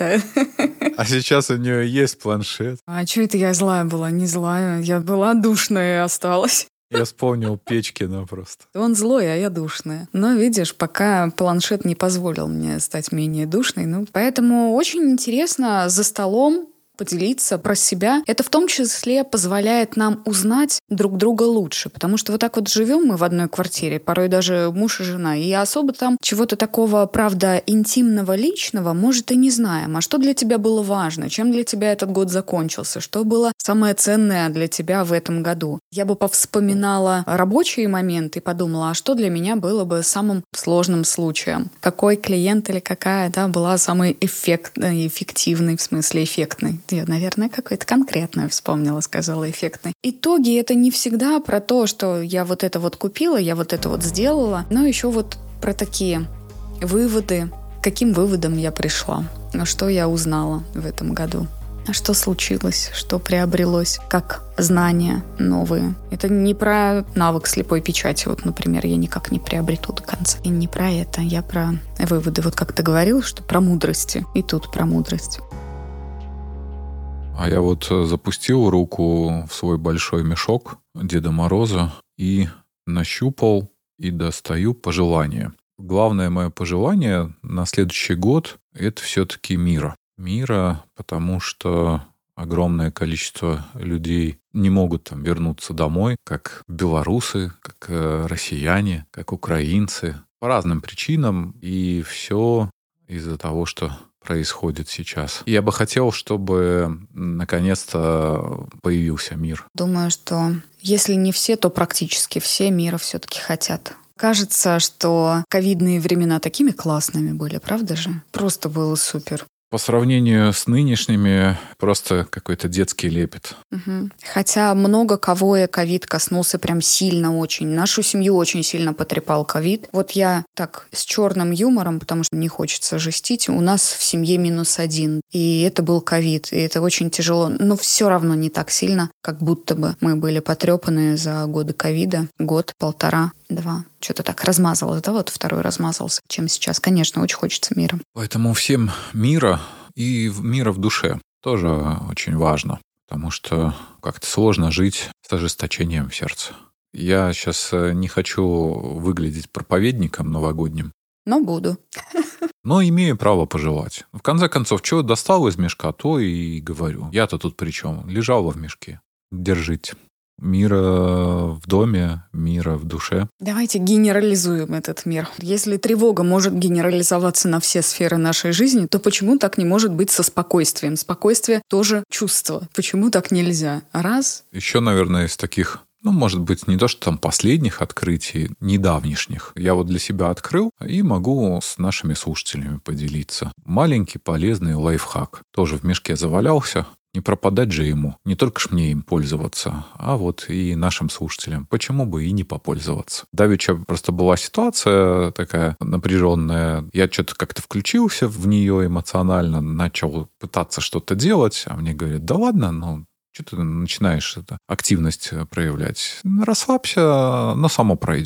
А сейчас у нее есть планшет. А что это я злая была? Не злая. Я была душная и осталась. Я вспомнил Печкина просто. Он злой, а я душная. Но, видишь, пока планшет не позволил мне стать менее душной. Ну, поэтому очень интересно за столом поделиться про себя. Это в том числе позволяет нам узнать друг друга лучше, потому что вот так вот живем мы в одной квартире, порой даже муж и жена, и особо там чего-то такого, правда, интимного, личного, может, и не знаем. А что для тебя было важно? Чем для тебя этот год закончился? Что было самое ценное для тебя в этом году? Я бы повспоминала рабочие моменты и подумала, а что для меня было бы самым сложным случаем? Какой клиент или какая, да, была самой эффектной, эффективной, в смысле эффектной? Я, наверное, какое-то конкретное вспомнила, сказала эффектной. Итоги — это не всегда про то, что я вот это вот купила, я вот это вот сделала, но еще вот про такие выводы, к каким выводам я пришла, что я узнала в этом году. А что случилось, что приобрелось, как знания новые. Это не про навык слепой печати, вот, например, я никак не приобрету до конца. И не про это, я про выводы. Вот как ты говорил, что про мудрости. И тут про мудрость. А я вот запустил руку в свой большой мешок Деда Мороза и нащупал и достаю пожелания. Главное мое пожелание на следующий год — это все-таки мира. Мира, потому что огромное количество людей не могут там вернуться домой, как белорусы, как россияне, как украинцы, по разным причинам. И все из-за того, что происходит сейчас. Я бы хотел, чтобы наконец-то появился мир. Думаю, что если не все, то практически все мира все-таки хотят. Кажется, что ковидные времена такими классными были, правда же? Просто было супер. По сравнению с нынешними, просто какой-то детский лепет. Угу. Хотя много кого и ковид коснулся прям сильно очень. Нашу семью очень сильно потрепал ковид. Вот я так с черным юмором, потому что не хочется жестить, у нас в семье минус один. И это был ковид. И это очень тяжело. Но все равно не так сильно, как будто бы мы были потрепаны за годы ковида. Год, полтора, два. Что-то так размазалось, да, вот второй размазался, чем сейчас. Конечно, очень хочется мира. Поэтому всем мира и мира в душе тоже очень важно, потому что как-то сложно жить с ожесточением в сердце. Я сейчас не хочу выглядеть проповедником новогодним. Но буду. Но имею право пожелать. В конце концов, что достал из мешка, то и говорю. Я-то тут при чем? Лежала в мешке. Держите. Мира в доме, мира в душе. Давайте генерализуем этот мир. Если тревога может генерализоваться на все сферы нашей жизни, то почему так не может быть со спокойствием? Спокойствие тоже чувство. Почему так нельзя? Раз. Еще, наверное, из таких, ну, может быть, не то, что там последних открытий, недавнешних. Я вот для себя открыл и могу с нашими слушателями поделиться. Маленький полезный лайфхак. Тоже в мешке завалялся. Не пропадать же ему. Не только ж мне им пользоваться, а вот и нашим слушателям. Почему бы и не попользоваться? Давеча просто была ситуация такая напряженная. Я что-то как-то включился в нее эмоционально, начал пытаться что-то делать, а мне говорят, да ладно, ну, что ты начинаешь это, активность проявлять? Расслабься, но само пройдет.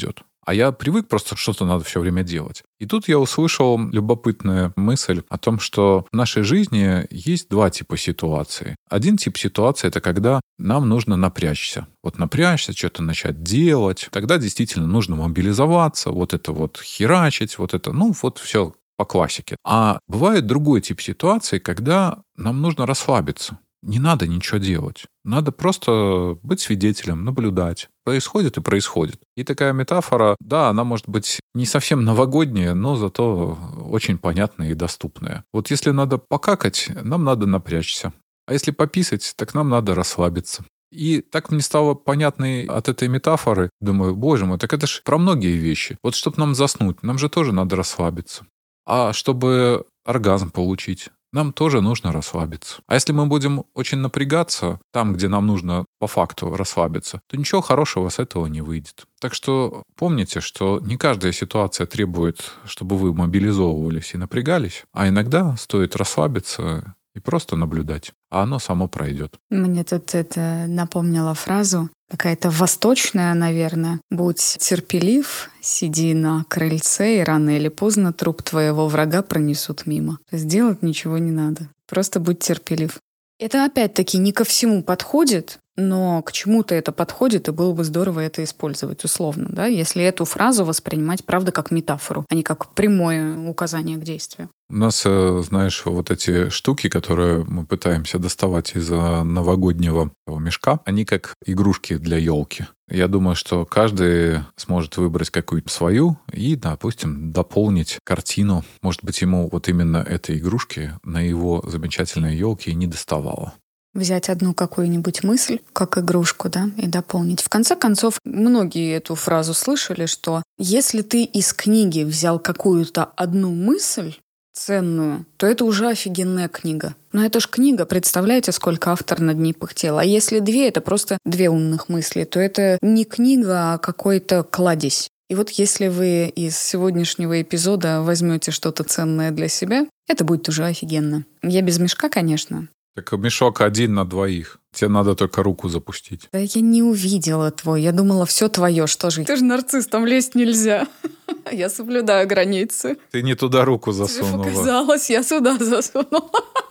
А я привык просто, что-то надо все время делать. И тут я услышал любопытную мысль о том, что в нашей жизни есть два типа ситуаций. Один тип ситуации — это когда нам нужно напрячься. Вот напрячься, что-то начать делать. Тогда действительно нужно мобилизоваться, вот это вот херачить, вот это, ну, вот все по классике. А бывает другой тип ситуации, когда нам нужно расслабиться. Не надо ничего делать. Надо просто быть свидетелем, наблюдать. Происходит и происходит. И такая метафора, да, она может быть не совсем новогодняя, но зато очень понятная и доступная. Вот если надо покакать, нам надо напрячься. А если пописать, так нам надо расслабиться. И так мне стало понятной от этой метафоры. Думаю, боже мой, так это ж про многие вещи. Вот чтобы нам заснуть, нам же тоже надо расслабиться. А чтобы оргазм получить, нам тоже нужно расслабиться. А если мы будем очень напрягаться там, где нам нужно по факту расслабиться, то ничего хорошего с этого не выйдет. Так что помните, что не каждая ситуация требует, чтобы вы мобилизовывались и напрягались, а иногда стоит расслабиться и просто наблюдать, а оно само пройдет. Мне тут это напомнило фразу, какая-то восточная, наверное. «Будь терпелив, сиди на крыльце, и рано или поздно труп твоего врага пронесут мимо». Сделать ничего не надо. Просто будь терпелив. Это опять-таки не ко всему подходит, но к чему-то это подходит, и было бы здорово это использовать условно, да, если эту фразу воспринимать, правда, как метафору, а не как прямое указание к действию. У нас, знаешь, вот эти штуки, которые мы пытаемся доставать из новогоднего мешка, они как игрушки для елки. Я думаю, что каждый сможет выбрать какую-то свою и, допустим, дополнить картину. Может быть, ему вот именно этой игрушки на его замечательной елке и не доставало. Взять одну какую-нибудь мысль, как игрушку, да, и дополнить. В конце концов, многие эту фразу слышали, что если ты из книги взял какую-то одну мысль ценную, то это уже офигенная книга. Но это ж книга, представляете, сколько автор над ней пыхтел. А если две, это просто две умных мысли, то это не книга, а какой-то кладезь. И вот если вы из сегодняшнего эпизода возьмете что-то ценное для себя, это будет уже офигенно. Я без мешка, конечно. Так мешок один на двоих. Тебе надо только руку запустить. Да я не увидела твой. Я думала, все твое. Что же? Ты же нарцисс, там лезть нельзя. Я соблюдаю границы. Ты не туда руку засунула. Тебе показалось, я сюда засунула.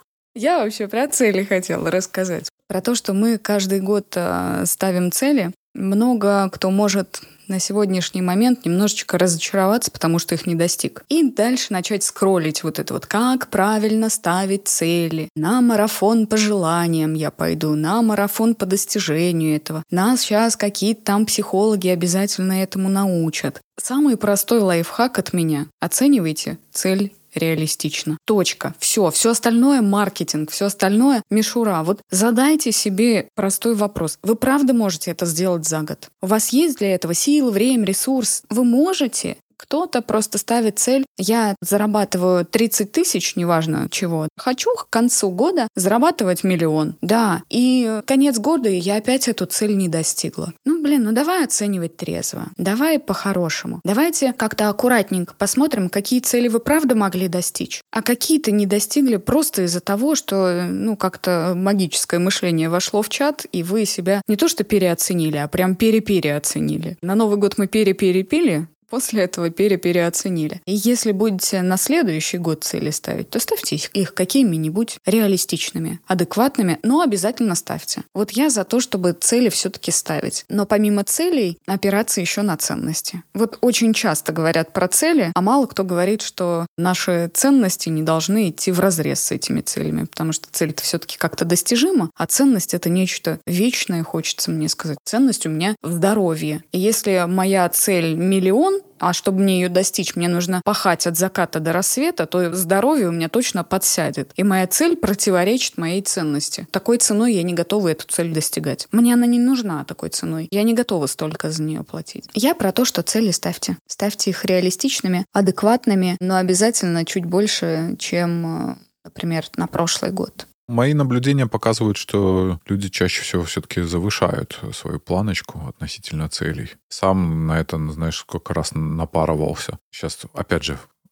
Я вообще про цели хотела рассказать. Про то, что мы каждый год ставим цели. Много кто может на сегодняшний момент немножечко разочароваться, потому что их не достиг. И дальше начать скроллить вот это вот, как правильно ставить цели. На марафон по желаниям я пойду, на марафон по достижению этого. Нас сейчас какие-то там психологи обязательно этому научат. Самый простой лайфхак от меня. Оценивайте цель реалистично. Точка. Все. Все остальное маркетинг, все остальное мишура. Вот задайте себе простой вопрос. Вы правда можете это сделать за год? У вас есть для этого силы, время, ресурс? Вы можете? Кто-то просто ставит цель, я зарабатываю тридцать тысяч, неважно чего, хочу к концу года зарабатывать миллион. Да, и конец года, и я опять эту цель не достигла. Ну, блин, ну давай оценивать трезво, давай по-хорошему. Давайте как-то аккуратненько посмотрим, какие цели вы правда могли достичь, а какие-то не достигли просто из-за того, что, ну, как-то магическое мышление вошло в чат, и вы себя не то что переоценили, а прям пере-переоценили. На Новый год мы пере-перепили, после этого пере-переоценили. И если будете на следующий год цели ставить, то ставьте их какими-нибудь реалистичными, адекватными, но обязательно ставьте. Вот я за то, чтобы цели все-таки ставить. Но помимо целей опираться еще на ценности. Вот очень часто говорят про цели, а мало кто говорит, что наши ценности не должны идти вразрез с этими целями, потому что цель-то все-таки как-то достижима, а ценность — это нечто вечное, хочется мне сказать. Ценность у меня в здоровье. И если моя цель миллион, а чтобы мне ее достичь, мне нужно пахать от заката до рассвета, то здоровье у меня точно подсядет. И моя цель противоречит моей ценности. Такой ценой я не готова эту цель достигать. Мне она не нужна такой ценой. Я не готова столько за нее платить. Я про то, что цели ставьте. Ставьте их реалистичными, адекватными, но обязательно чуть больше, чем, например, на прошлый год. Мои наблюдения показывают, что люди чаще всего все-таки завышают свою планочку относительно целей. Сам на это, знаешь, сколько раз напарывался. Сейчас, опять же,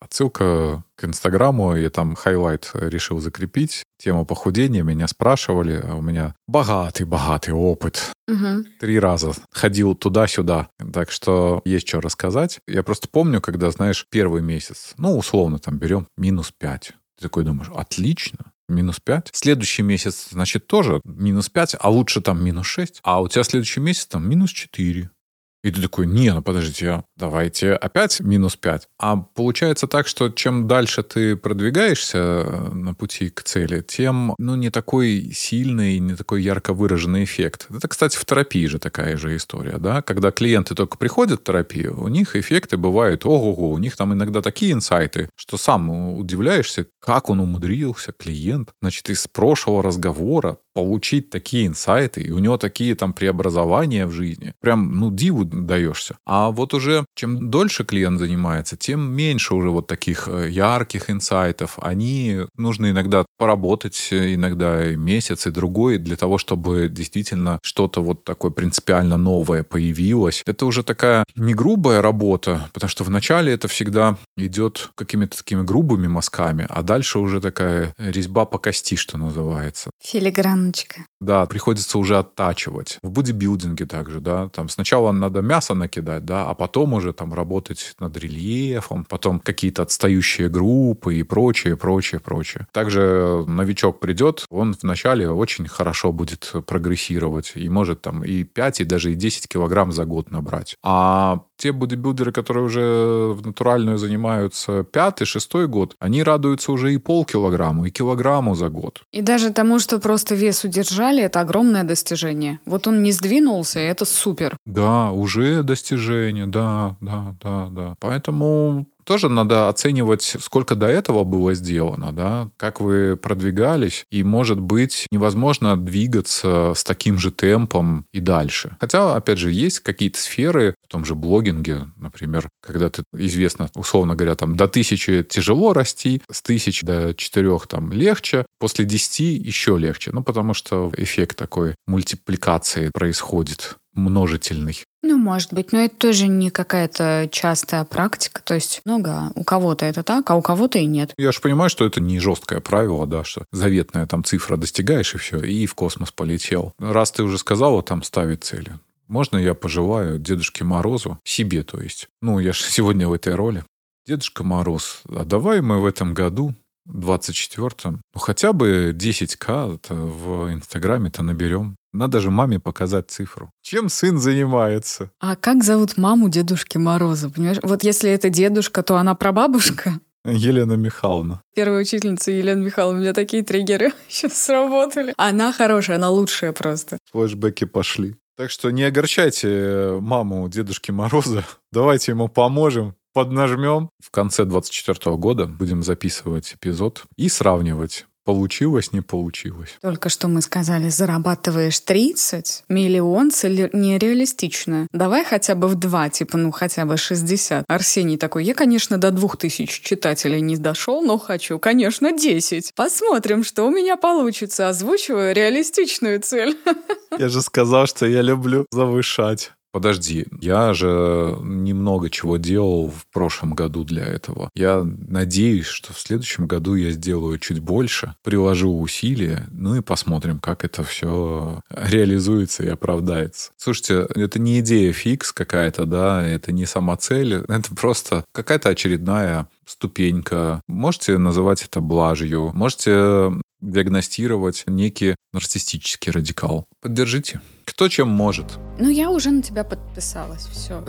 Отсылка к Инстаграму, я там хайлайт решил закрепить. Тема похудения, меня спрашивали, а у меня богатый-богатый опыт. Угу. Три раза ходил туда-сюда, так что есть что рассказать. Я просто помню, когда, знаешь, первый месяц, ну, условно, там берем минус пять. Ты такой думаешь, отлично. Минус пять. Следующий месяц, значит, тоже минус пять, а лучше там минус шесть. А у тебя следующий месяц там минус четыре. И ты такой, не, ну подождите, давайте опять минус пять. А получается так, что чем дальше ты продвигаешься на пути к цели, тем, ну, не такой сильный, не такой ярко выраженный эффект. Это, кстати, в терапии же такая же история, да? Когда клиенты только приходят в терапию, у них эффекты бывают, ого-го, у них там иногда такие инсайты, что сам удивляешься, как он умудрился, клиент, значит, из прошлого разговора получить такие инсайты, и у него такие там преобразования в жизни. Прям, ну, диву даешься. А вот уже чем дольше клиент занимается, тем меньше уже вот таких ярких инсайтов. Они нужно иногда поработать, иногда и месяц, и другой, для того, чтобы действительно что-то вот такое принципиально новое появилось. Это уже такая не грубая работа, потому что вначале это всегда идет какими-то такими грубыми мазками, а дальше уже такая резьба по кости, что называется. Филиграночка. Да, приходится уже оттачивать. В бодибилдинге также, да, там сначала надо мясо накидать, да, а потом уже там работать над рельефом, потом какие-то отстающие группы и прочее, прочее, прочее. Также новичок придет, он вначале очень хорошо будет прогрессировать и может там и пять, и даже и десять килограмм за год набрать. А те бодибилдеры, которые уже в натуральную занимаются пятый, шестой год, они радуются уже и полкилограмму, и килограмму за год. И даже тому, что просто вес удержали, это огромное достижение. Вот он не сдвинулся, и это супер. Да, уже достижение, да, да, да, да. Поэтому тоже надо оценивать, сколько до этого было сделано, да, как вы продвигались, и, может быть, невозможно двигаться с таким же темпом и дальше. Хотя, опять же, есть какие-то сферы, в том же блогинге, например, когда ты известно, условно говоря, там до тысячи тяжело расти, с тысячи до четырех там легче, после десяти еще легче, ну, потому что эффект такой мультипликации происходит, множительный. Ну, может быть, но это тоже не какая-то частая практика. То есть много у кого-то это так, а у кого-то и нет. Я же понимаю, что это не жесткое правило, да, что заветная там цифра достигаешь, и все, и в космос полетел. Раз ты уже сказала там ставить цели, можно я пожелаю Дедушке Морозу, себе, то есть, ну, я же сегодня в этой роли. Дедушка Мороз, а давай мы в этом году, двадцать четвёртом, ну, хотя бы десять тысяч в Инстаграме-то наберем. Надо же маме показать цифру. Чем сын занимается? А как зовут маму Дедушки Мороза, понимаешь? Вот если это дедушка, то она прабабушка. Елена Михайловна. Первая учительница Елена Михайловна, у меня такие триггеры сейчас сработали. Она хорошая, она лучшая просто. Флэшбэки пошли. Так что не огорчайте маму Дедушки Мороза. Давайте ему поможем. Поднажмем. В конце двадцать четвёртого года будем записывать эпизод и сравнивать. Получилось, не получилось. Только что мы сказали, зарабатываешь тридцать, миллион, цель нереалистичная. Давай хотя бы в два, типа, ну хотя бы шестьдесят. Арсений такой, я, конечно, до двух тысяч читателей не дошел, но хочу, конечно, десять. Посмотрим, что у меня получится. Озвучиваю реалистичную цель. Я же сказал, что я люблю завышать. Подожди, я же немного чего делал в прошлом году для этого. Я надеюсь, что в следующем году я сделаю чуть больше, приложу усилия, ну и посмотрим, как это все реализуется и оправдается. Слушайте, это не идея фикс какая-то, да, это не сама цель, это просто какая-то очередная ступенька. Можете называть это блажью, можете диагностировать некий нарциссический радикал. Поддержите. Кто чем может. Ну, я уже на тебя подписалась, все.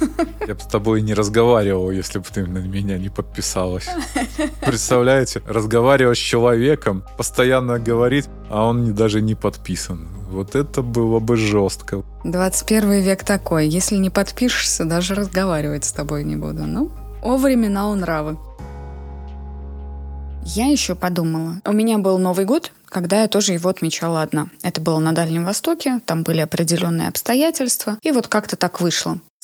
Я бы с тобой не разговаривал, если бы ты на меня не подписалась. Представляете, разговаривать с человеком, постоянно говорить, а он даже не подписан. Вот это было бы жестко. двадцать первый век такой. Если не подпишешься, даже разговаривать с тобой не буду. Ну, о времена, о нравы. Я еще подумала. У меня был Новый год, когда я тоже его отмечала одна. Это было на Дальнем Востоке, там были определенные обстоятельства. И вот как-то так вышло.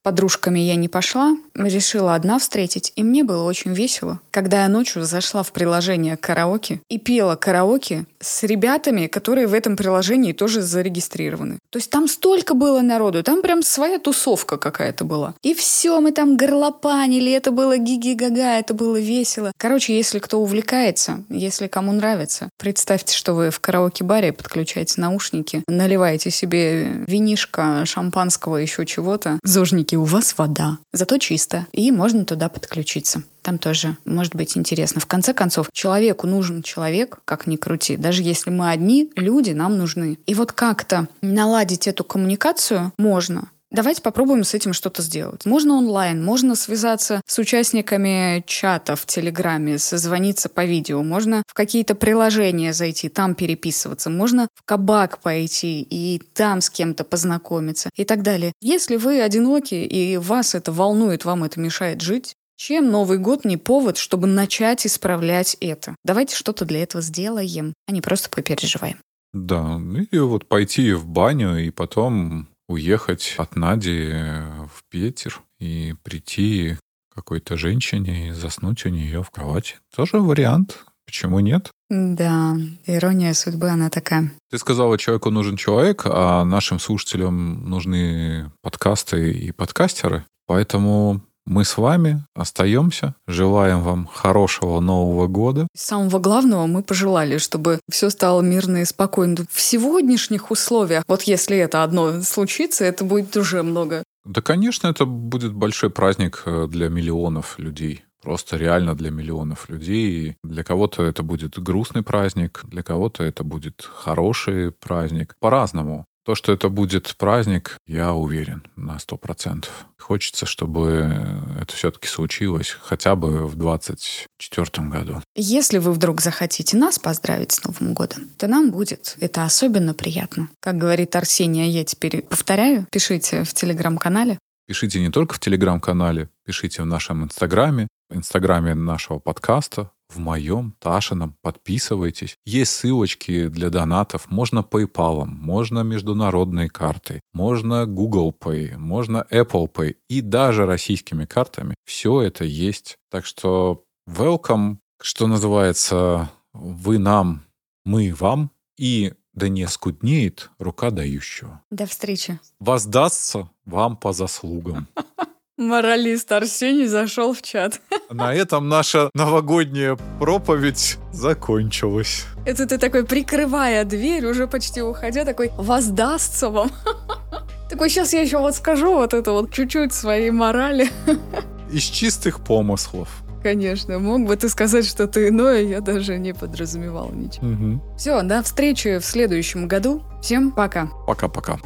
подружками я не пошла, решила одна встретить, и мне было очень весело, когда я ночью зашла в приложение караоке и пела караоке с ребятами, которые в этом приложении тоже зарегистрированы. То есть там столько было народу, там прям своя тусовка какая-то была. И все, мы там горлопанили, это было ги-ги-гага, это было весело. Короче, если кто увлекается, если кому нравится, представьте, что вы в караоке-баре подключаете наушники, наливаете себе винишко, шампанского, еще чего-то. Зожники, у вас вода, зато чисто, и можно туда подключиться. Там тоже может быть интересно. В конце концов, человеку нужен человек, как ни крути. Даже если мы одни, люди нам нужны. И вот как-то наладить эту коммуникацию можно. Давайте попробуем с этим что-то сделать. Можно онлайн, можно связаться с участниками чата в Телеграме, созвониться по видео, можно в какие-то приложения зайти, там переписываться, можно в кабак пойти и там с кем-то познакомиться и так далее. Если вы одиноки и вас это волнует, вам это мешает жить, чем Новый год не повод, чтобы начать исправлять это? Давайте что-то для этого сделаем, а не просто попереживаем. Да, и вот пойти в баню и потом уехать от Нади в Питер и прийти к какой-то женщине и заснуть у нее в кровати. Тоже вариант. Почему нет? Да, ирония судьбы, она такая. Ты сказала, человеку нужен человек, а нашим слушателям нужны подкасты и подкастеры. Поэтому мы с вами остаемся. Желаем вам хорошего Нового года. Самого главного мы пожелали, чтобы все стало мирно и спокойно. В сегодняшних условиях, вот если это одно случится, это будет уже много. Да, конечно, это будет большой праздник для миллионов людей. Просто реально для миллионов людей. Для кого-то это будет грустный праздник, для кого-то это будет хороший праздник. По-разному. То, что это будет праздник, я уверен на сто процентов. Хочется, чтобы это все-таки случилось хотя бы в двадцать четвёртом году. Если вы вдруг захотите нас поздравить с Новым годом, то нам будет это особенно приятно. Как говорит Арсения, я теперь повторяю, пишите в Телеграм-канале. Пишите не только в Телеграм-канале, пишите в нашем Инстаграме, в Инстаграме нашего подкаста, в моем, Ташином. Подписывайтесь. Есть ссылочки для донатов. Можно PayPal, можно международной картой, можно Google Pay, можно Apple Pay и даже российскими картами. Все это есть. Так что welcome, что называется, вы нам, мы вам, и да не скуднеет рука дающего. До встречи. Воздастся вам по заслугам. Моралист Арсений зашел в чат. На этом наша новогодняя проповедь закончилась. Это ты такой, прикрывая дверь, уже почти уходя, такой, воздастся вам. Такой, сейчас я еще вот скажу вот это вот чуть-чуть своей морали. Из чистых помыслов. Конечно, мог бы ты сказать что-то иное, я даже не подразумевала ничего. Угу. Все, до встречи в следующем году. Всем пока. Пока-пока.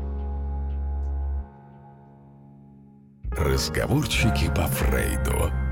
Разговорчики по Фрейду.